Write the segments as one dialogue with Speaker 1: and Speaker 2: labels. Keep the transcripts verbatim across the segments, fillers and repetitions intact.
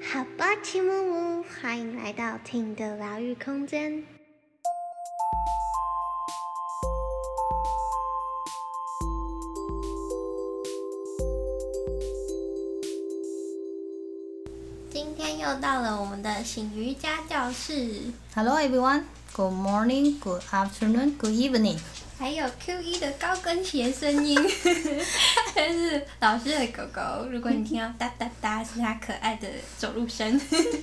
Speaker 1: 好吧，齐木木，欢迎来到听的疗愈空间。今天又到了我们的醒瑜伽教室。
Speaker 2: Hello everyone, good morning, good afternoon, good evening。
Speaker 1: 还有 Q 一 的高跟鞋声音，这是老师的狗狗。如果你听到哒哒哒，是它可爱的走路声。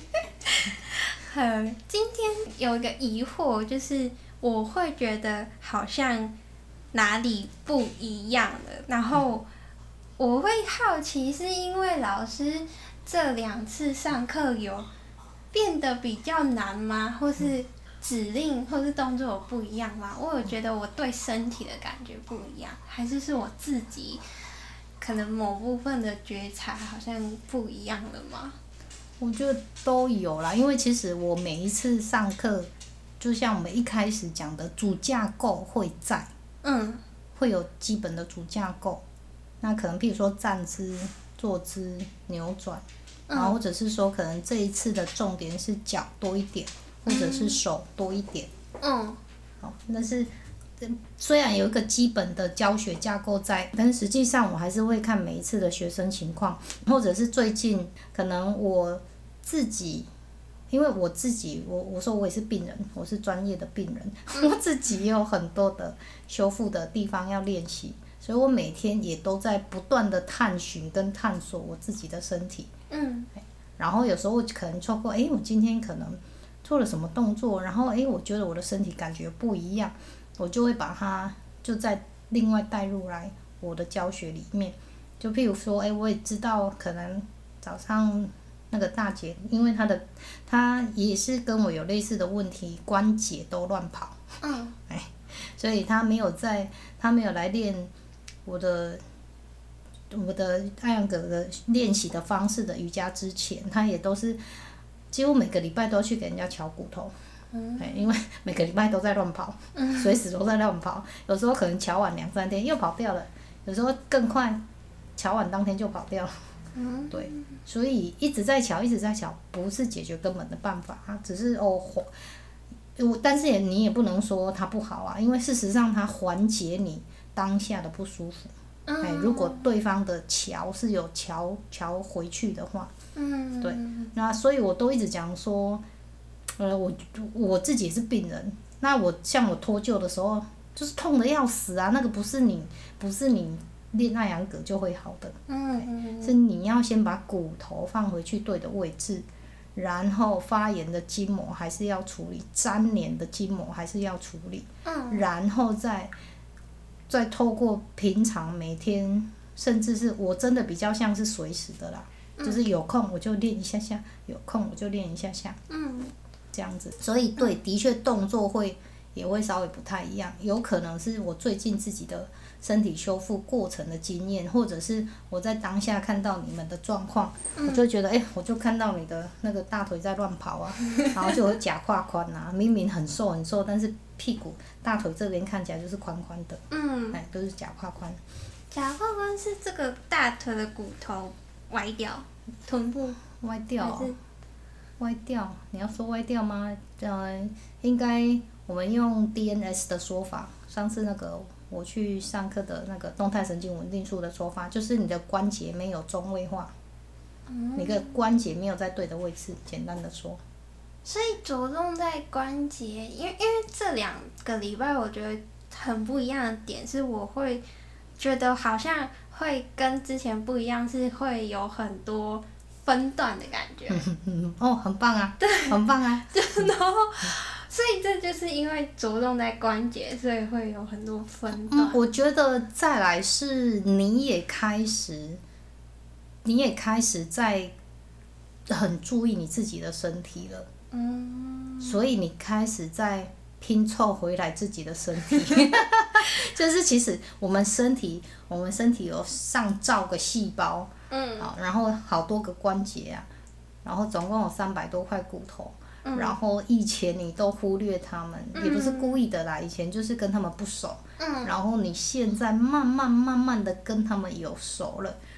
Speaker 1: 呃，今天有一个疑惑，就是我会觉得好像哪里不一样了，然后我会好奇，是因为老师这两次上课有变得比较难吗？或是指令或是动作有不一样吗？我有觉得我对身体的感觉不一样，还是是我自己可能某部分的觉察好像不一样了吗？
Speaker 2: 我觉得都有啦，因为其实我每一次上课，就像我们一开始讲的，主架构会在，
Speaker 1: 嗯，
Speaker 2: 会有基本的主架构。那可能譬如说站姿、坐姿、扭转，然后或者是说可能这一次的重点是脚多一点。或者是手多一点，
Speaker 1: 嗯，
Speaker 2: 好，但是虽然有一个基本的教学架构在，但实际上我还是会看每一次的学生情况，或者是最近可能我自己，因为我自己，我我说我也是病人，我是专业的病人，我自己也有很多的修复的地方要练习，所以我每天也都在不断的探寻跟探索我自己的身体，
Speaker 1: 嗯，
Speaker 2: 然后有时候可能错过，哎，我今天可能做了什么动作，然后诶，我觉得我的身体感觉不一样，我就会把它就再另外带入来我的教学里面。就譬如说，诶，我也知道可能早上那个大姐，因为她的她也是跟我有类似的问题，关节都乱跑，
Speaker 1: 嗯，
Speaker 2: 哎，所以她没有在，她没有来练我的。我的艾扬格的练习的方式的瑜伽之前，她也都是。几乎每个礼拜都要去给人家敲骨头，嗯，因为每个礼拜都在乱跑，嗯，随时都在乱跑。有时候可能敲完两三天又跑掉了，有时候更快，敲完当天就跑掉了。嗯，对，所以一直在敲，一直在敲，不是解决根本的办法，只是哦，但是也你也不能说它不好啊，因为事实上它缓解你当下的不舒服。嗯，哎，如果对方的桥是有桥桥回去的话，嗯，对，那所以我都一直讲说，呃，我我自己也是病人，那我像我脱臼的时候，就是痛得要死啊，那个不是你不是你练艾扬格就会好的，嗯，是你要先把骨头放回去对的位置，然后发炎的筋膜还是要处理，粘连的筋膜还是要处理，嗯，然后再。再透过平常每天，甚至是我真的比较像是随时的啦，嗯，就是有空我就练一下下，有空我就练一下下，嗯，这样子。所以对，的确动作会也会稍微不太一样，有可能是我最近自己的身体修复过程的经验，或者是我在当下看到你们的状况，嗯，我就觉得，哎，欸，我就看到你的那个大腿在乱跑啊，然后就有假胯宽啊，明明很瘦很瘦，但是屁股、大腿这边看起来就是宽宽的，嗯，哎，都是假胯宽。
Speaker 1: 假胯宽是这个大腿的骨头歪掉，臀部
Speaker 2: 歪掉，哦，歪掉，你要说歪掉吗？呃，应该我们用 D N S 的说法，上次那个我去上课的那个动态神经稳定术的说法，就是你的关节没有中位化，嗯，你的关节没有在对的位置，简单的说。
Speaker 1: 所以着重在关节，因为因为这两个礼拜我觉得很不一样的点是，我会觉得好像会跟之前不一样，是会有很多分段的感觉。
Speaker 2: 哦，很棒啊！
Speaker 1: 对，
Speaker 2: 很棒啊！
Speaker 1: 然后，所以这就是因为着重在关节，所以会有很多分段。
Speaker 2: 嗯，我觉得再来是你也开始，你也开始在很注意你自己的身体了。嗯，所以你开始在拼凑回来自己的身体，就是其实我们身体，我们身体有上兆个细胞，嗯，好，然后好多个关节啊，然后总共有三百多块骨头，嗯，然后以前你都忽略他们，嗯，也不是故意的啦，以前就是跟他们不熟，嗯，然后你现在慢慢慢慢的跟他们有熟了。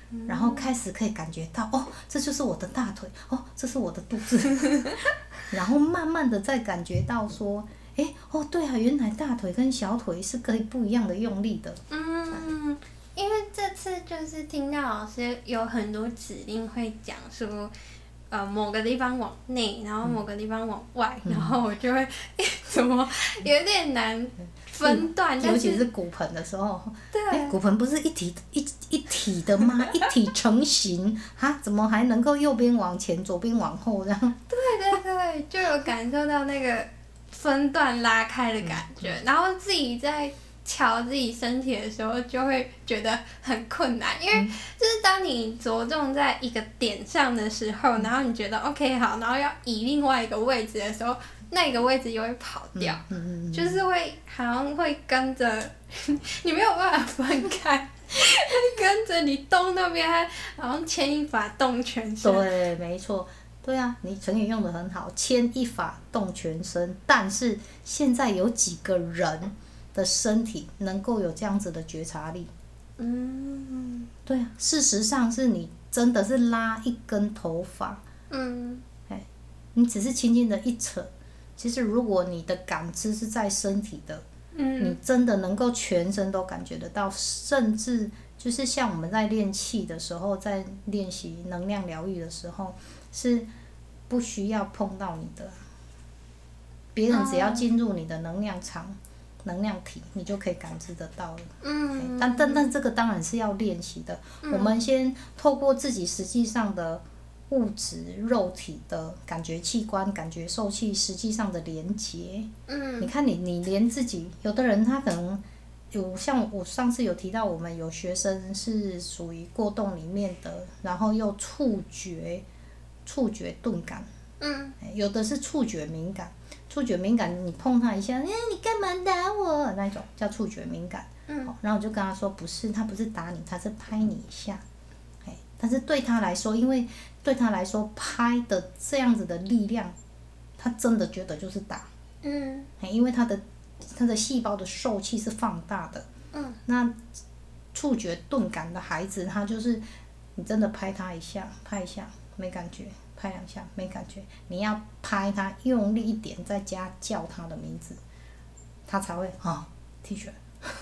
Speaker 2: 然后开始可以感觉到，哦，这就是我的大腿，哦，这是我的肚子，然后慢慢的再感觉到说，哎，哦，对啊，原来大腿跟小腿是可以不一样的用力的。
Speaker 1: 嗯，因为这次就是听到老师有很多指令会讲说，呃，某个地方往内，然后某个地方往外，嗯、然后我就会怎么有点难分段，
Speaker 2: 尤其是骨盆的时候，
Speaker 1: 对，
Speaker 2: 骨盆不是一体一一体的吗？一体成型，哈，怎么还能够右边往前，左边往后这样？
Speaker 1: 对对对，就有感受到那个分段拉开的感觉，嗯、然后自己在调自己身体的时候，就会觉得很困难，因为就是当你着重在一个点上的时候，然后你觉得 OK 好，然后要移另外一个位置的时候，那个位置又会跑掉，嗯嗯嗯、就是会好像会跟着你没有办法分开，跟着你动那边，好像牵一发动全身。
Speaker 2: 对，没错。对啊，你成语用得很好，牵一发动全身。但是现在有几个人的身体能够有这样子的觉察力？嗯，对啊，事实上是你真的是拉一根头发，嗯，哎，你只是轻轻的一扯，其实如果你的感知是在身体的，嗯，你真的能够全身都感觉得到，甚至就是像我们在练气的时候，在练习能量疗愈的时候，是不需要碰到你的，别人只要进入你的能量场、哦、能量体，你就可以感知得到了。嗯，但但但这个当然是要练习的。嗯、我们先透过自己实际上的物质、肉体的感觉器官、感觉受器实际上的连结。嗯，你看你你连自己，有的人他可能有像我上次有提到，我们有学生是属于过动里面的，然后又触觉。触觉钝感，嗯，有的是触觉敏感，触觉敏感，你碰他一下，哎，你干嘛打我？那种叫触觉敏感，嗯，然后我就跟他说，不是，他不是打你，他是拍你一下，哎，但是对他来说，因为对他来说拍的这样子的力量，他真的觉得就是打，嗯，因为他的他的细胞的受气是放大的，嗯，那触觉钝感的孩子，他就是你真的拍他一下，拍一下。没感觉，拍两下没感觉，你要拍他用力一点，再加叫他的名字，他才会啊 T 恤。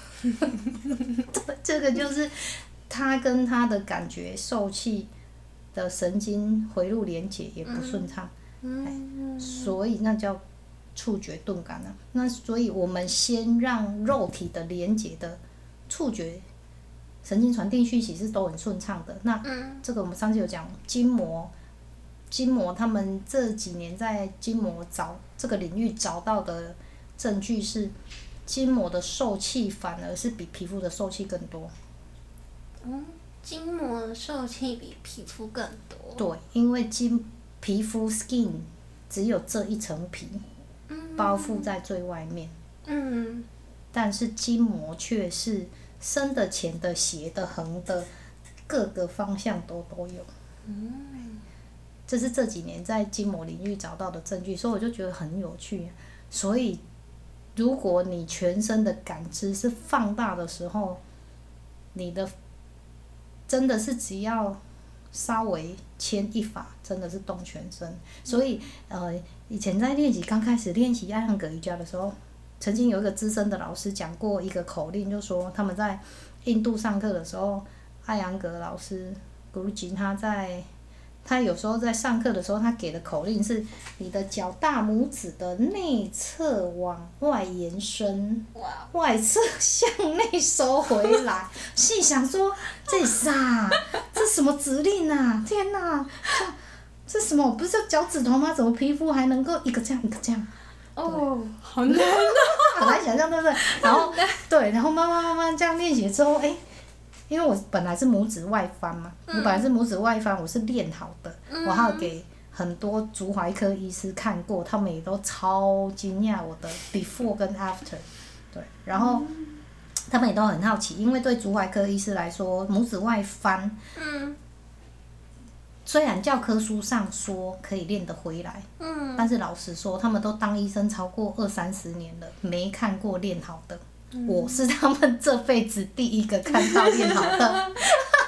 Speaker 2: 这个就是他跟他的感觉受气的神经回路连接也不顺畅，嗯、所以那叫触觉钝感啊。那所以我们先让肉体的连接的触觉。神经传递讯息是都很顺畅的。那这个我们上次有讲筋膜，筋膜他们这几年在筋膜找这个领域找到的证据是，筋膜的受气反而是比皮肤的受气更多。
Speaker 1: 嗯，筋膜的受气比皮肤更多。
Speaker 2: 对，因为筋皮肤 skin 只有这一层皮，包覆在最外面。嗯，但是筋膜却是。深的、浅的、斜的、横的，各个方向都都有。嗯，这是这几年在筋膜领域找到的证据，所以我就觉得很有趣。所以，如果你全身的感知是放大的时候，你的真的是只要稍微牵一发，真的是动全身。所以，呃，以前在练习刚开始练习艾扬格瑜伽的时候。曾经有一个资深的老师讲过一个口令，就说他们在印度上课的时候，艾扬格老师 Guruji 他在他有时候在上课的时候，他给的口令是你的脚大拇指的内侧往外延伸，外侧向内收回来。心想说这啥？这什么指令啊？天哪！这什么？不是脚趾头吗？怎么皮肤还能够一个这样一个这样？
Speaker 1: 哦，好难哦，
Speaker 2: 好难想象，对不对？然后对，然后慢慢慢慢这样练习之后，哎，因为我本来是拇指外翻嘛，嗯、我本来是拇指外翻，我是练好的，嗯、我还有给很多足踝科医师看过，他们也都超惊讶我的 before 跟 after， 对，然后、嗯、他们也都很好奇，因为对足踝科医师来说，拇指外翻，嗯。虽然教科书上说可以练得回来，嗯，但是老实说，他们都当医生超过二三十年了，没看过练好的。嗯、我是他们这辈子第一个看到练好的。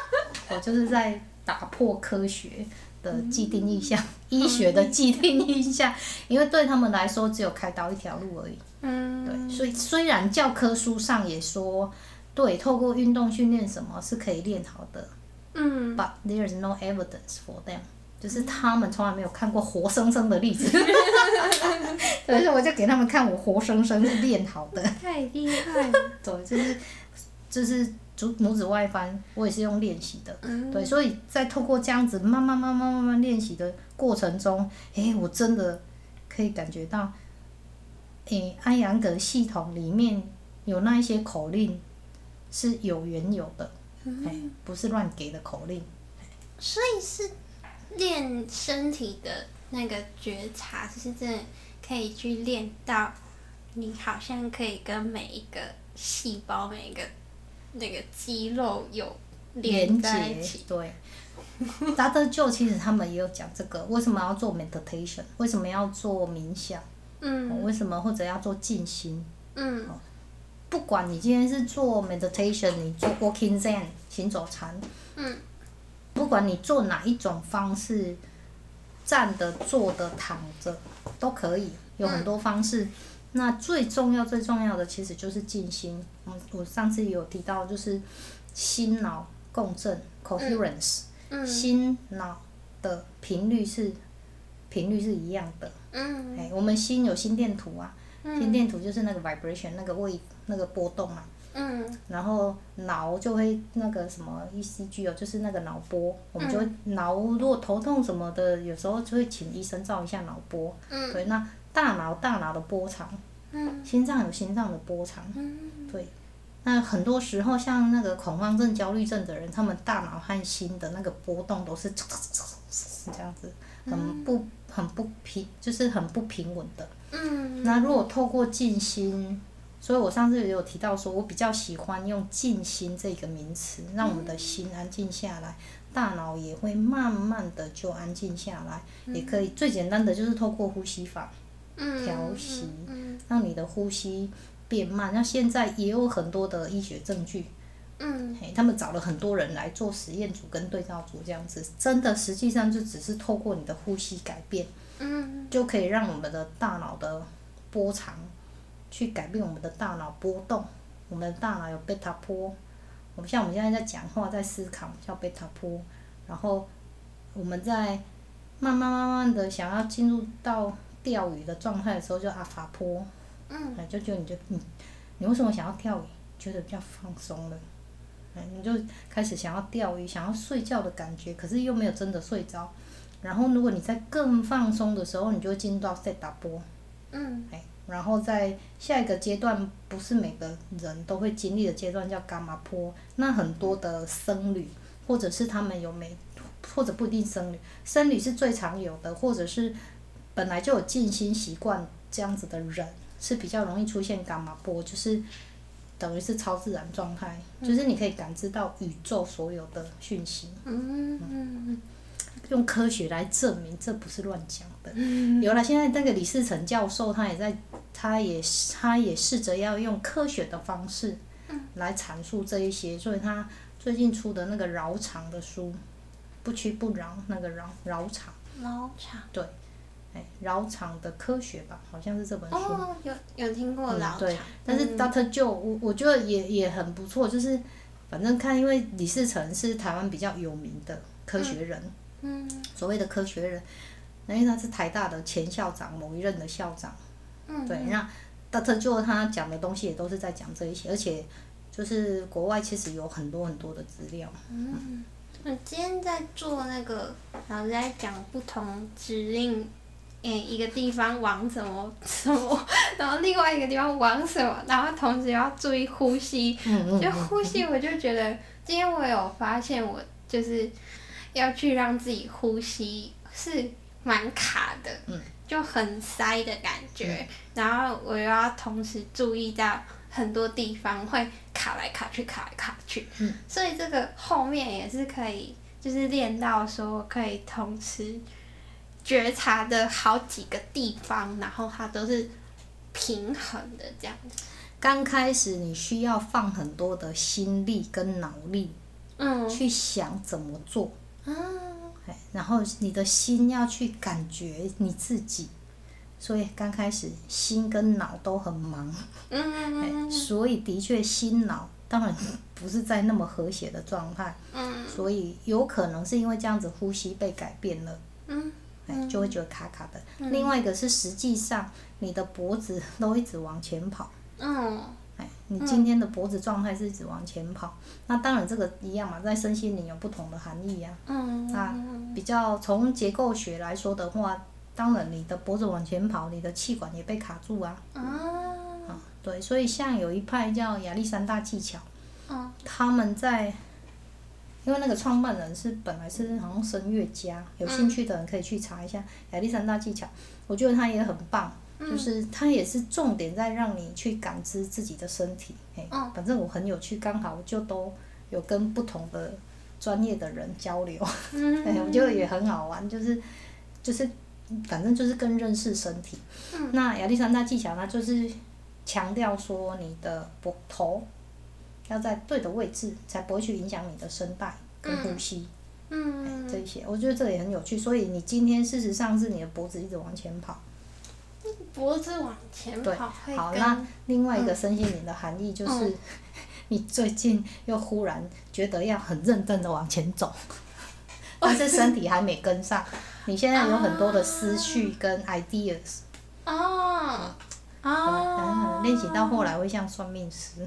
Speaker 2: 我就是在打破科学的既定印象，医学的既定印象，因为对他们来说只有开刀一条路而已。
Speaker 1: 嗯，
Speaker 2: 对，所以虽然教科书上也说，对，透过运动训练什么是可以练好的，
Speaker 1: 嗯
Speaker 2: ，but there is no evidence for them， 就是他们从来没有看过活生生的例子，所以说我就给他们看我活生生练好的。
Speaker 1: 太厉害了。
Speaker 2: 对，就是就是足拇指外翻，我也是用练习的。
Speaker 1: 嗯
Speaker 2: 对，所以在透过这样子慢慢慢慢慢慢练习的过程中，诶，我真的可以感觉到，诶，安阳格系统里面有那一些口令是有缘有的，诶，不是乱给的口令。
Speaker 1: 所以是练身体的那个觉察，是真的可以去练到，你好像可以跟每一个细胞、每一个那个肌肉有连在一起。
Speaker 2: 对。达德就其实他们也有讲这个，为什么要做 meditation， 为什么要做冥想，
Speaker 1: 嗯，
Speaker 2: 哦、为什么或者要做静心，
Speaker 1: 嗯，
Speaker 2: 哦，不管你今天是做 meditation， 你做 walking zen 行走禅，
Speaker 1: 嗯，
Speaker 2: 不管你做哪一种方式，站的、坐的、躺着都可以，有很多方式。嗯、那最重要、最重要的其实就是静心。嗯，我上次也有提到，就是心脑共振 coherence，、嗯、心脑的频率是频率是一样的。嗯，哎，我们心有心电图啊，嗯、心电图就是那个 vibration 那个 wave 那个波动嘛。嗯，然后脑就会那个什么 E C G 哦，就是那个脑波，我们就会脑如果头痛什么的，有时候就会请医生照一下脑波。嗯，对，那大脑大脑的波长，嗯，心脏有心脏的波长，嗯，对，那很多时候像那个恐慌症、焦虑症的人，他们大脑和心的那个波动都是这样子，很不很不平，就是很不平稳的。嗯，那如果透过静心。所以我上次也有提到说，我比较喜欢用静心这个名词，让我们的心安静下来，大脑也会慢慢的就安静下来。也可以最简单的就是透过呼吸法调息，让你的呼吸变慢。那现在也有很多的医学证据，嗯，他们找了很多人来做实验组跟对照组这样子，真的实际上就只是透过你的呼吸改变，嗯，就可以让我们的大脑的波长。去改变我们的大脑波动，我们的大脑有贝塔波，我们像我们现在在讲话、在思考叫贝塔波，然后我们在慢慢慢慢的想要进入到钓鱼的状态的时候叫阿法波，嗯，就觉得你就你你为什么想要钓鱼？觉得比较放松了，你就开始想要钓鱼、想要睡觉的感觉，可是又没有真的睡着。然后如果你在更放松的时候，你就会进入到塞达波，嗯，哎。然后在下一个阶段，不是每个人都会经历的阶段叫伽马波。那很多的僧侣，或者是他们有没，或者不一定僧侣，僧侣是最常有的，或者是本来就有静心习惯这样子的人，是比较容易出现伽马波，就是等于是超自然状态，就是你可以感知到宇宙所有的讯息。嗯嗯用科学来证明，这不是乱讲的。嗯、有了，现在那个李世成教授，他也在，他也他也试着要用科学的方式来阐述这一些，所以他最近出的那个绕场的书，不屈不挠那个绕绕场。
Speaker 1: 绕场。对，
Speaker 2: 哎，绕场的科学吧，好像是这本书。
Speaker 1: 哦，有有听过绕场、嗯。对，
Speaker 2: 但是 Doctor Joe， 我我觉得也也很不错，就是反正看，因为李世成是台湾比较有名的科学人。嗯嗯，所谓的科学人，因为他是台大的前校长，某一任的校长。嗯，对，那 Doctor Joe 他讲的东西也都是在讲这一些，而且就是国外其实有很多很多的资料。
Speaker 1: 嗯，我今天在做那个老师在讲不同指令，诶，一个地方往什么什么，然后另外一个地方往什么，然后同时要注意呼吸。嗯嗯。就呼吸，我就觉得今天我有发现，我就是。要去让自己呼吸是蛮卡的，嗯、就很塞的感觉。嗯、然后我又要同时注意到很多地方会卡来卡去，卡来卡去。嗯、所以这个后面也是可以，就是练到说可以同时觉察的好几个地方，然后它都是平衡的这样子。
Speaker 2: 刚开始你需要放很多的心力跟脑力
Speaker 1: 嗯，
Speaker 2: 去想怎么做，
Speaker 1: 啊，
Speaker 2: 哎，然后你的心要去感觉你自己，所以刚开始心跟脑都很忙，
Speaker 1: 嗯，
Speaker 2: 哎，所以的确心脑当然不是在那么和谐的状态，
Speaker 1: 嗯，
Speaker 2: 所以有可能是因为这样子呼吸被改变了，
Speaker 1: 嗯，
Speaker 2: 哎，就会觉得卡卡的。
Speaker 1: 嗯
Speaker 2: 另外一个是实际上你的脖子都一直往前跑。
Speaker 1: 嗯，
Speaker 2: 哎，你今天的脖子状态是一直往前跑，那当然这个一样嘛，在身心灵有不同的含义啊。
Speaker 1: 嗯，
Speaker 2: 那比较从结构学来说的话，当然你的脖子往前跑，你的气管也被卡住啊。
Speaker 1: 啊，
Speaker 2: 啊，对，所以像有一派叫亚历山大技巧，
Speaker 1: 嗯，
Speaker 2: 他们在，因为那个创办人是本来是好像声乐家，有兴趣的人可以去查一下亚历山大技巧，我觉得他也很棒。就是它也是重点在让你去感知自己的身体，嘿，
Speaker 1: 嗯
Speaker 2: 反正我很有趣，刚好就都有跟不同的专业的人交流，
Speaker 1: 嗯，
Speaker 2: 哎，我觉得也很好玩，就是就是反正就是更认识身体。
Speaker 1: 嗯
Speaker 2: 那亚历山大技巧呢，就是强调说你的脖头要在对的位置，才不会去影响你的声带跟呼吸。
Speaker 1: 嗯，
Speaker 2: 哎，这一些我觉得这个也很有趣，所以你今天事实上是你的脖子一直往前跑。
Speaker 1: 脖子往前
Speaker 2: 对，
Speaker 1: 跑会
Speaker 2: 好，
Speaker 1: 跟
Speaker 2: 那另外一个身心灵的含义就是，
Speaker 1: 嗯
Speaker 2: 你最近又忽然觉得要很认真的往前走，但是身体还没跟上。你现在有很多的思绪跟 ideas，
Speaker 1: 哦，
Speaker 2: 可能可能
Speaker 1: 哦，
Speaker 2: 练习到后来会像算命师。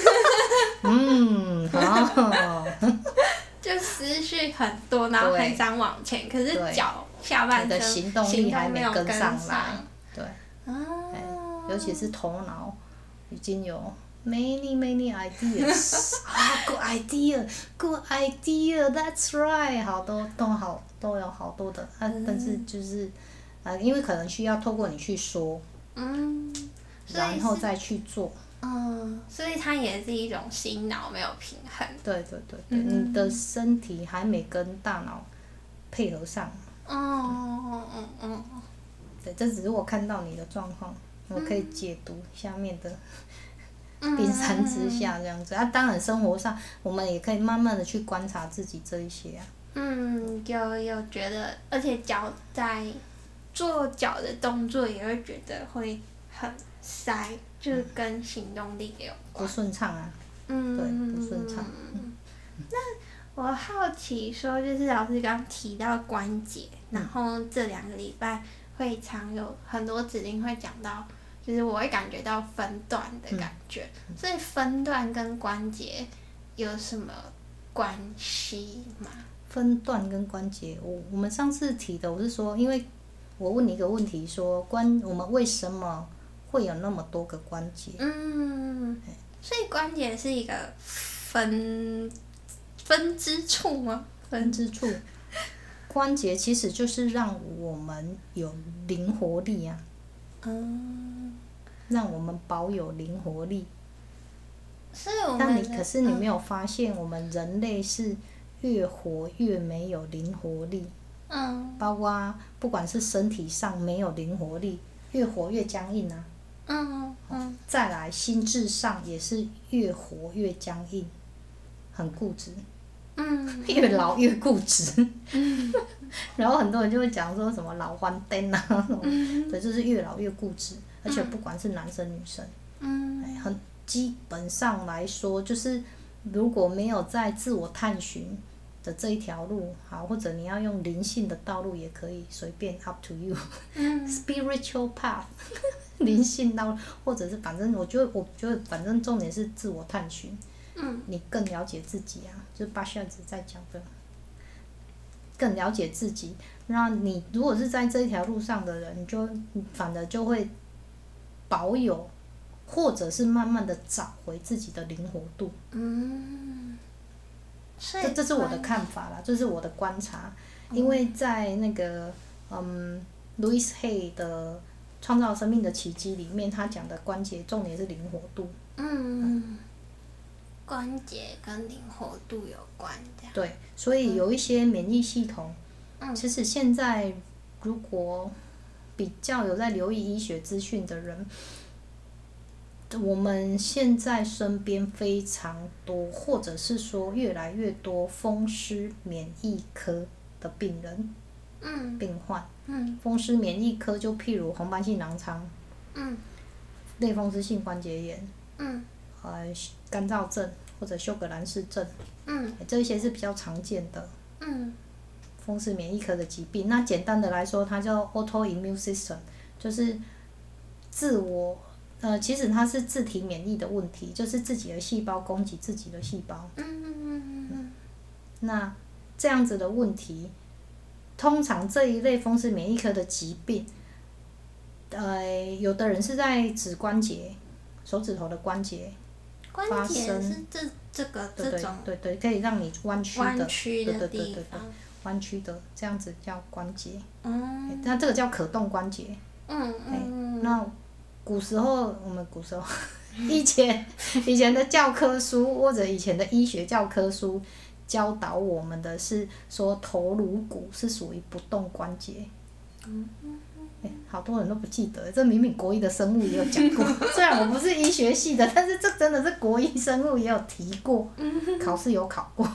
Speaker 2: 嗯，好，
Speaker 1: 就思绪很多，然后很想往前，可是
Speaker 2: 对
Speaker 1: 脚下半
Speaker 2: 你的
Speaker 1: 身
Speaker 2: 行动力还没
Speaker 1: 有
Speaker 2: 跟上
Speaker 1: 上
Speaker 2: 来，对，
Speaker 1: 啊，
Speaker 2: 尤其是头脑已经有 many many ideas 啊，good idea，good idea，that's right，好多都好都有好多的，啊，但是就是啊，因为可能需要透过你去说，
Speaker 1: 嗯，所以
Speaker 2: 然后
Speaker 1: 是
Speaker 2: 再去做，
Speaker 1: 嗯，所以它也是一种心脑没有平衡。
Speaker 2: 对对对对，
Speaker 1: 嗯
Speaker 2: 你的身体还没跟大脑配合上，
Speaker 1: 哦哦哦哦，
Speaker 2: 对，这只是我看到你的状况，我可以解读下面的。
Speaker 1: 嗯
Speaker 2: 冰山之下这样子啊，当然生活上我们也可以慢慢的去观察自己这一些啊。
Speaker 1: 嗯，有有觉得，而且脚在做脚的动作也会觉得会很塞，就是跟行动力也有关。
Speaker 2: 不顺畅啊，
Speaker 1: 嗯，
Speaker 2: 对，不顺畅。
Speaker 1: 那我好奇说，就是老师刚提到关节，然后这两个礼拜会常有很多指令会讲到，就是我会感觉到分段的感觉，所以分段跟关节有什么关系吗？
Speaker 2: 分段跟关节，我我们上次提的，我是说，因为我问你一个问题说，关我们为什么会有那么多个关节？
Speaker 1: 嗯，所以关节是一个分分支处吗？
Speaker 2: 分支处，关节其实就是让我们有灵活力啊，
Speaker 1: 嗯，
Speaker 2: 让我们保有灵活力。
Speaker 1: 所以我
Speaker 2: 但你
Speaker 1: 们
Speaker 2: 可是你没有发现，我们人类是越活越没有灵活力，
Speaker 1: 嗯
Speaker 2: 包括不管是身体上没有灵活力，越活越僵硬啊。
Speaker 1: 嗯嗯
Speaker 2: 再来，心智上也是越活越僵硬，很固执，
Speaker 1: 嗯
Speaker 2: 越老越固执。然后很多人就会讲说什么老黄灯啊，什么对，就是越老越固执，而且不管是男生女生，
Speaker 1: 嗯
Speaker 2: 哎，很基本上来说，就是如果没有在自我探寻的这一条路，好，或者你要用灵性的道路也可以，随便 up to you
Speaker 1: 嗯
Speaker 2: spiritual path 灵性道路，或者是反正我觉得我觉得反正重点是自我探寻，
Speaker 1: 嗯
Speaker 2: 你更了解自己啊，就是巴夏子在讲的，更了解自己。那你如果是在这一条路上的人，你就你反而就会保有，或者是慢慢的找回自己的灵活度。
Speaker 1: 嗯，所以
Speaker 2: 这这是我的
Speaker 1: 关
Speaker 2: 看法啦，这是我的观察，因为在那个嗯，Louis Hay 的《创造生命的奇迹》里面，他讲的关节重点是灵活度。
Speaker 1: 嗯，关节跟灵活度有关，这样。
Speaker 2: 对，所以有一些免疫系统，
Speaker 1: 嗯
Speaker 2: 其实现在如果比较有在留意医学资讯的人， 我们现在身边非常多，或者是说越来越多风湿免疫科的病人，
Speaker 1: 嗯，
Speaker 2: 病患，
Speaker 1: 嗯，
Speaker 2: 风湿免疫科就譬如红斑性狼疮，
Speaker 1: 嗯，
Speaker 2: 类风湿性关节炎，
Speaker 1: 嗯，
Speaker 2: 呃，干燥症或者休格兰氏症，
Speaker 1: 嗯，
Speaker 2: 这些是比较常见的，
Speaker 1: 嗯，
Speaker 2: 风湿免疫科的疾病。那简单的来说，它叫 autoimmune system， 就是自我。呃，其实它是自体免疫的问题，就是自己的细胞攻击自己的细胞。
Speaker 1: 嗯嗯嗯嗯。
Speaker 2: 那这样子的问题，通常这一类风湿免疫科的疾病，呃，有的人是在指关节，手指头的关节
Speaker 1: 关节是这这个
Speaker 2: 对对
Speaker 1: 这种
Speaker 2: 对对，可以让你弯曲的，
Speaker 1: 弯曲的
Speaker 2: 对对对对对
Speaker 1: 地方，
Speaker 2: 弯曲的这样子叫关节。
Speaker 1: 嗯，
Speaker 2: 那这个叫可动关节。
Speaker 1: 嗯嗯，
Speaker 2: 那古时候我们古时候以前以前的教科书或者以前的医学教科书教导我们的是说头颅骨是属于不动关节。
Speaker 1: 嗯
Speaker 2: 欸，好多人都不记得，这明明国一的生物也有讲过。虽然我不是医学系的，但是这真的是国一生物也有提过，考试有考过。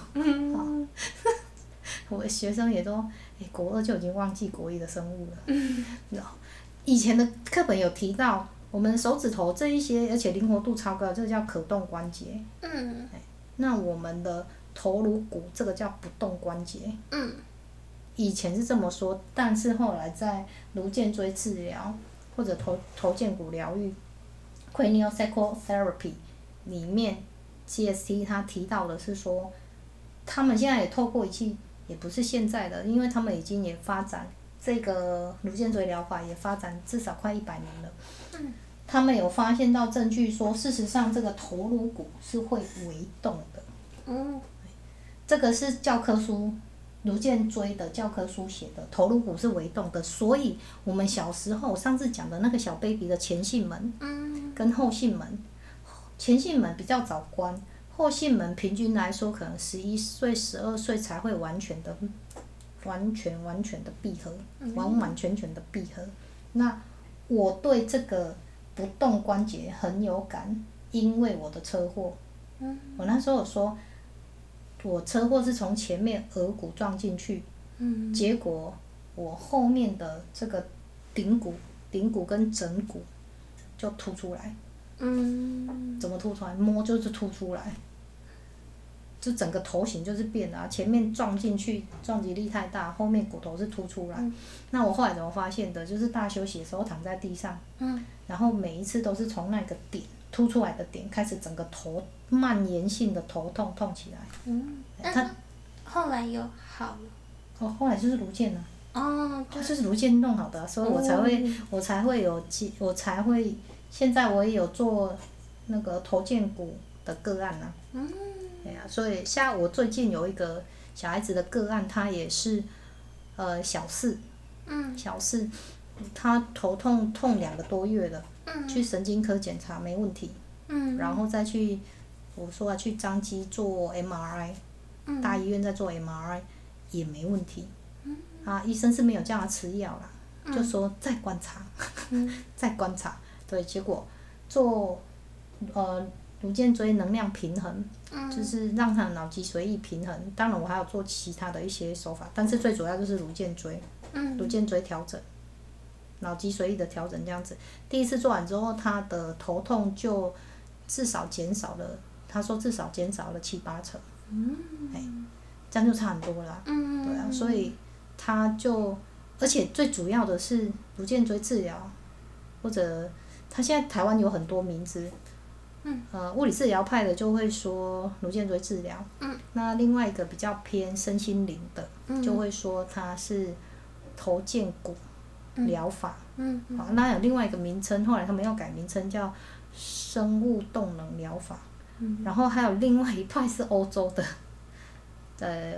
Speaker 2: 我的学生也都，欸，国二就已经忘记国一的生物了。以前的课本有提到，我们手指头这一些，而且灵活度超高，这个叫可动关节。
Speaker 1: 嗯。
Speaker 2: 那我们的头颅骨这个叫不动关节。
Speaker 1: 嗯。
Speaker 2: 以前是这么说，但是后来在颅颈椎治疗或者头头颈骨疗愈 （cranial psychotherapy） 里面 ，G S T 它提到的是说，他们现在也透过仪器，也不是现在的，因为他们已经也发展这个颅颈椎疗法也发展至少快一百年了。
Speaker 1: 嗯。
Speaker 2: 他们有发现到证据说，事实上这个头颅骨是会微动的。
Speaker 1: 嗯。
Speaker 2: 这个是教科书。颅颈椎的教科书写的，头颅骨是微动的，所以我们小时候上次讲的那个小 baby 的前囟门，跟后囟门，前囟门比较早关，后囟门平均来说可能十一岁、十二岁才会完全的、完全完全的闭合，完完全全的闭合。那我对这个不动关节很有感，因为我的车祸，我那时候有说。我车祸是从前面额骨撞进去，嗯、结果我后面的这个顶骨、顶骨跟枕骨就凸出来。嗯。怎么凸出来？摸就是凸出来，就整个头型就是变了、啊。前面撞进去，撞击力太大，后面骨头是凸出来。嗯、那我后来怎么发现的？就是大休息的时候躺在地上，嗯、然后每一次都是从那个点。凸出来的点开始，整个头蔓延性的头痛痛起来。
Speaker 1: 嗯，那后来有好了。
Speaker 2: 哦，后来就是颅颈了。
Speaker 1: 哦，
Speaker 2: 就是颅颈弄好的、啊，所以我才会，哦、我才会有我才会，现在我也有做那个头颈骨的个案啊。嗯。对啊，所以像我最近有一个小孩子的个案，他也是，呃，小四。嗯。小四，他头痛痛两个多月了。去神经科检查没问题，嗯、然后再去我说要去彰基做 M R I，嗯、大医院在做 M R I 也没问题，嗯、啊，医生是没有叫他吃药啦，嗯、就说再观察，嗯、再观察，对，结果做呃颅颈椎能量平衡，嗯、就是让他的脑脊髓液平衡，当然我还有做其他的一些手法，但是最主要就是颅颈椎，嗯、颅颈椎调整。脑脊髓液的调整这样子，第一次做完之后，他的头痛就至少减少了，他说至少减少了七八成，嗯，哎，这样就差很多了啦，嗯，对啊，所以他就，而且最主要的是颅颈椎治疗，或者他现在台湾有很多名字，嗯，呃，物理治疗派的就会说颅颈椎治疗，嗯，那另外一个比较偏身心灵的，嗯、就会说它是头颈骨。疗法，嗯嗯、好，那有另外一个名称，后来他们要改名称叫生物动能疗法，嗯、然后还有另外一派是欧洲的，呃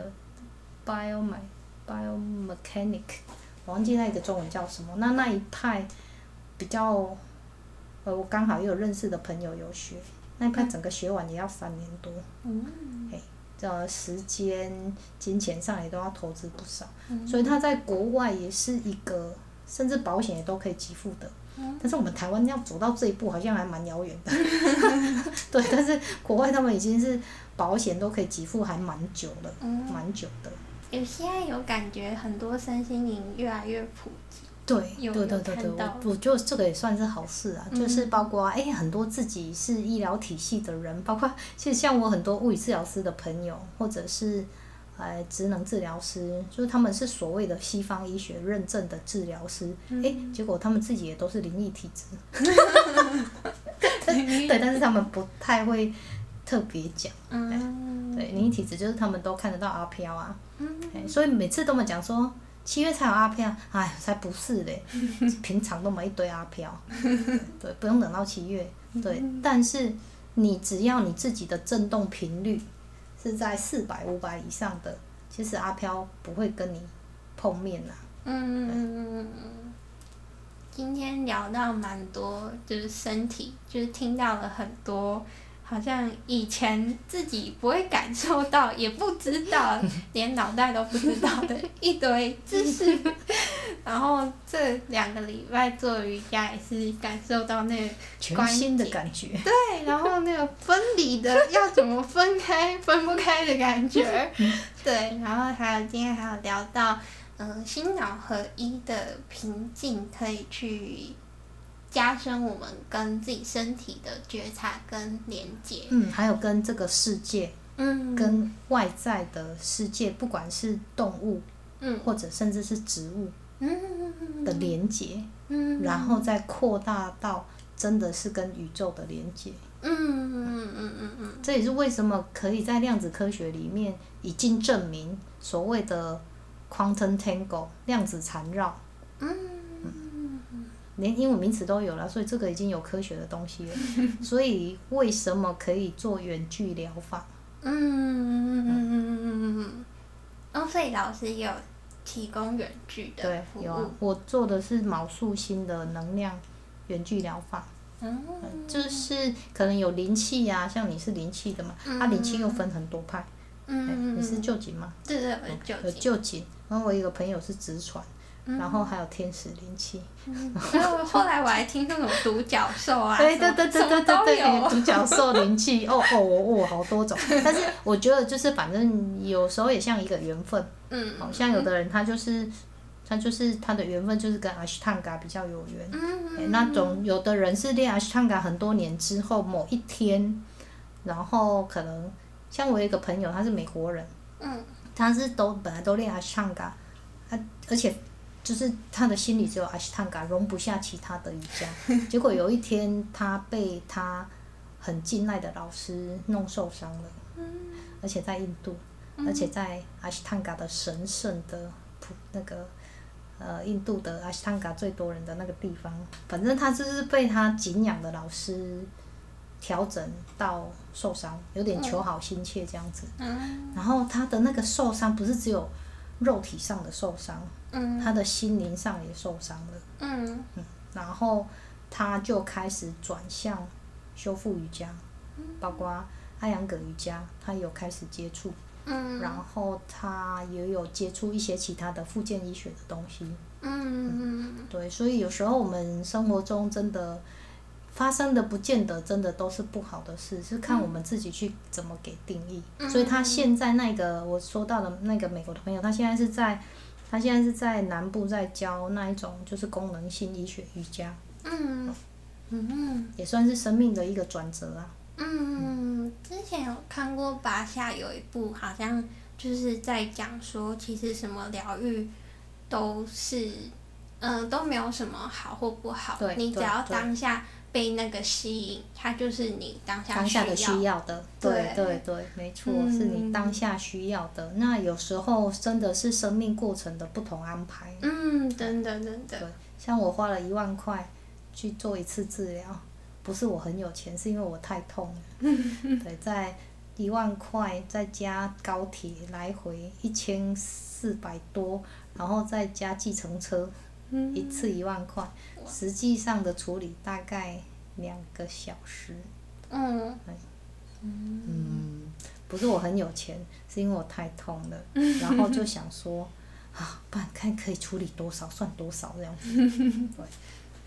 Speaker 2: ，biome biomechanic， 我忘记那个中文叫什么。那那一派比较，呃，我刚好也有认识的朋友有学，那一派整个学完也要三年多，嗯，嘿，这时间、金钱上也都要投资不少，嗯、所以他在国外也是一个。甚至保险也都可以给付的， 但是我们台湾要走到这一步，好像还蛮遥远的。对，但是国外他们已经是保险都可以给付，还蛮久了，蛮、嗯、久的。
Speaker 1: 有现在有感觉，很多身心灵越来越普及。
Speaker 2: 对对对对对，我我觉得这个也算是好事啊，嗯、就是包括哎、欸、很多自己是医疗体系的人，包括其实像我很多物理治疗师的朋友，或者是呃职能治疗师，就是他们是所谓的西方医学认证的治疗师，哎、嗯欸，结果他们自己也都是灵异体质。对，但是他们不太会特别讲。嗯、对，灵异体质就是他们都看得到阿飘啊，嗯欸、所以每次都们讲说。七月才有阿飘，哎，才不是嘞！平常都没一堆阿飘，对，不用等到七月，对。但是你只要你自己的振动频率是在四百、五百以上的，其实阿飘不会跟你碰面啦。嗯嗯嗯。
Speaker 1: 今天聊到蛮多，就是身体，就是听到了很多。好像以前自己不会感受到，也不知道，连脑袋都不知道的一堆知识。然后这两个礼拜做瑜伽也是感受到那个
Speaker 2: 全新的感觉。
Speaker 1: 对，然后那个分离的要怎么分开、分不开的感觉。对，然后还有今天还有聊到，嗯、呃，心脑合一的平静可以去。加深我们跟自己身体的觉察跟连接。
Speaker 2: 嗯，还有跟这个世界，嗯，跟外在的世界，不管是动物，嗯，或者甚至是植物，嗯的连接，嗯，然后再扩大到真的是跟宇宙的连接。嗯嗯嗯嗯嗯。这也是为什么可以在量子科学里面已经证明所谓的 quantum tangle 量子缠绕。嗯。连英文名词都有了，所以这个已经有科学的东西了。所以为什么可以做远距疗法？嗯嗯嗯嗯嗯
Speaker 1: 嗯嗯。哦，所以老师有提供远距的服务。
Speaker 2: 对，有啊，我做的是毛素心的能量远距疗法。嗯。就是可能有灵气啊，像你是灵气的嘛，它、嗯、灵气又分很多派。嗯。你是臼井吗？
Speaker 1: 对对，我是臼井。
Speaker 2: 有臼井，然后我有一个朋友是直传。然后还有天使灵气，
Speaker 1: 嗯、然后后来我还听那种独角兽啊，
Speaker 2: 对对对对对对对，独角兽灵气，哦哦哦，好多种。但是我觉得就是反正有时候也像一个缘分，嗯，好像有的人他就是他就是他的缘分就是跟阿斯汤嘎比较有缘，嗯嗯，那种有的人是练阿斯汤嘎很多年之后某一天，然后可能像我有一个朋友他是美国人，嗯，他是都本来都练阿斯汤嘎，他而且。就是他的心里只有阿斯汤嘎，容不下其他的瑜伽。结果有一天，他被他很敬爱的老师弄受伤了，嗯、而且在印度，嗯、而且在阿斯汤嘎的神圣的普那个呃印度的阿斯汤嘎最多人的那个地方，反正他就是被他敬仰的老师调整到受伤，有点求好心切这样子。嗯、然后他的那个受伤不是只有肉体上的受伤。嗯、他的心灵上也受伤了，嗯嗯，然后他就开始转向修复瑜伽，嗯、包括艾扬格瑜伽，他有开始接触，嗯，然后他也有接触一些其他的复健医学的东西，嗯嗯，对，所以有时候我们生活中真的发生的不见得真的都是不好的事，是看我们自己去怎么给定义。嗯、所以他现在那个我说到的那个美国的朋友，他现在是在。他现在是在南部在教那一种就是功能性医学瑜伽，嗯嗯，也算是生命的一个转折啊。
Speaker 1: 嗯，之前有看过巴夏有一部，好像就是在讲说，其实什么疗愈都是，嗯、呃，都没有什么好或不好，你只要当下被那个吸引，它就是你当下
Speaker 2: 当下的需要的，对对对，没错，嗯、是你当下需要的。那有时候真的是生命过程的不同安排。
Speaker 1: 嗯，真的真的。
Speaker 2: 对，像我花了一万块去做一次治疗，不是我很有钱，是因为我太痛了。对，在一万块再加高铁来回一千四百多，然后再加计程车。嗯、一次一万块，实际上的处理大概两个小时。嗯。嗯。嗯，不是我很有钱，是因为我太痛了，然后就想说，啊，不然看可以处理多少算多少这样子。对。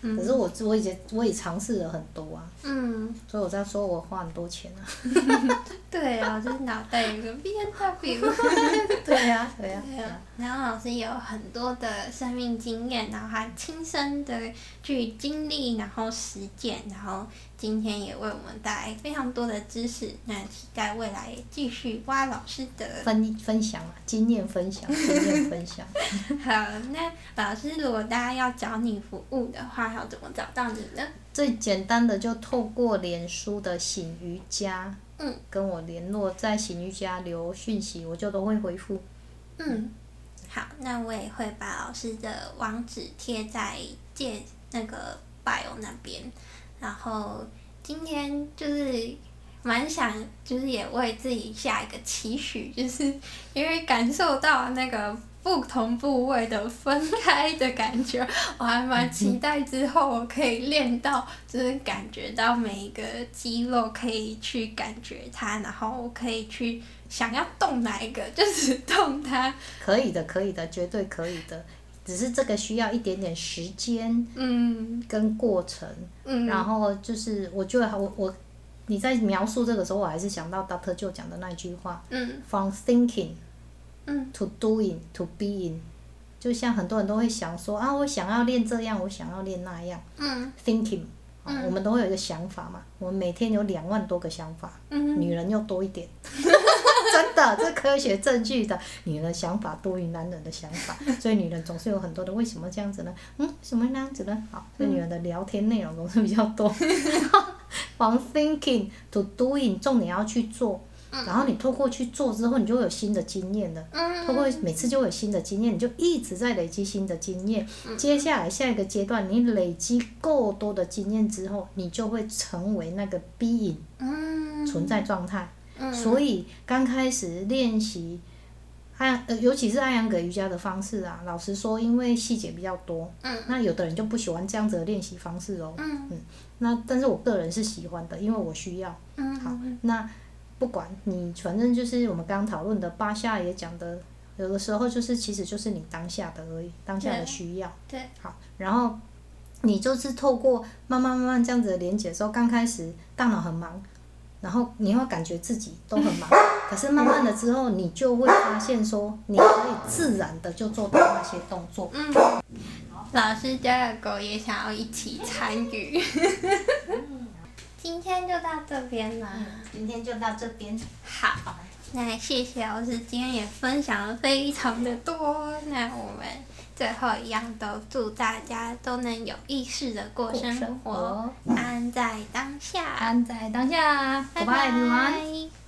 Speaker 1: 嗯
Speaker 2: 可是我我以前我也尝试了很多啊，
Speaker 1: 嗯，
Speaker 2: 所以我在说我花很多钱啊。
Speaker 1: 对啊，就是脑袋有个 B N W。
Speaker 2: 对呀、对呀、
Speaker 1: 对啊，然后老师也有很多的生命经验，然后他亲身的去经历，然后实践，然后今天也为我们带来非常多的知识。那期待未来继续挖老师的
Speaker 2: 分分享啊，经验分享，经验分享。
Speaker 1: 好，那老师，如果大家要找你服务的话，要怎么找到你呢？
Speaker 2: 最简单的就透过脸书的醒瑜伽，
Speaker 1: 嗯，
Speaker 2: 跟我联络，在醒瑜伽留讯息，我就都会回复。
Speaker 1: 嗯，好，那我也会把老师的网址贴在介那个 bio 那边。然后今天就是蛮想，就是也为自己下一个期许，就是因为感受到那个不同部位的分开的感觉，我还蛮期待之后我可以练到，就是感觉到每一个肌肉可以去感觉它，然后我可以去想要动哪一个，就是动它。
Speaker 2: 可以的，可以的，绝对可以的。只是这个需要一点点时间，
Speaker 1: 嗯，
Speaker 2: 跟过程，
Speaker 1: 嗯，
Speaker 2: 然后就是我觉得我我你在描述这个时候，我还是想到 Doctor Joe 讲的那句话，
Speaker 1: 嗯
Speaker 2: ，From thinking，
Speaker 1: 嗯
Speaker 2: ，to doing to being，就像很多人都会想说啊，我想要练这样，我想要练那样，
Speaker 1: 嗯
Speaker 2: ，thinking，哦
Speaker 1: 嗯
Speaker 2: 我们都会有一个想法嘛，我们每天有两万多个想法，
Speaker 1: 嗯，
Speaker 2: 女人又多一点。真的，这科学证据的，女人的想法多于男人的想法，所以女人总是有很多的为什么这样子呢？嗯，为什么那样子呢？好，所以女人的聊天内容总是比较多。From thinking to doing，重点要去做，然后你透过去做之后，你就会有新的经验了。
Speaker 1: 嗯，
Speaker 2: 透过每次就会有新的经验，你就一直在累积新的经验。接下来下一个阶段，你累积够多的经验之后，你就会成为那个 being，
Speaker 1: 嗯，
Speaker 2: 存在状态。
Speaker 1: 嗯，
Speaker 2: 所以刚开始练习艾呃，尤其是艾扬格瑜伽的方式啊，老实说，因为细节比较多，
Speaker 1: 嗯，
Speaker 2: 那有的人就不喜欢这样子的练习方式哦，
Speaker 1: 嗯
Speaker 2: 嗯，那但是我个人是喜欢的，因为我需要。
Speaker 1: 嗯，
Speaker 2: 好，那不管你，反正就是我们刚刚讨论的八下也讲的，有的时候就是其实就是你当下的而已，当下的需要。
Speaker 1: 对，
Speaker 2: 好，然后你就是透过慢慢慢慢这样子的连接的时候，刚开始大脑很忙。然后你会感觉自己都很忙，可是慢慢的之后，你就会发现说，你可以自然的就做到那些动作。
Speaker 1: 嗯，老师家的狗也想要一起参与。今天就到这边了。
Speaker 2: 今天就到这边。
Speaker 1: 好，那谢谢老师，今天也分享了非常的多。那我们最后一样都祝大家都能有意识的过生活，
Speaker 2: 过生活
Speaker 1: 安在当下。
Speaker 2: 安在当下，
Speaker 1: 拜
Speaker 2: 拜拜，everyone。
Speaker 1: 拜。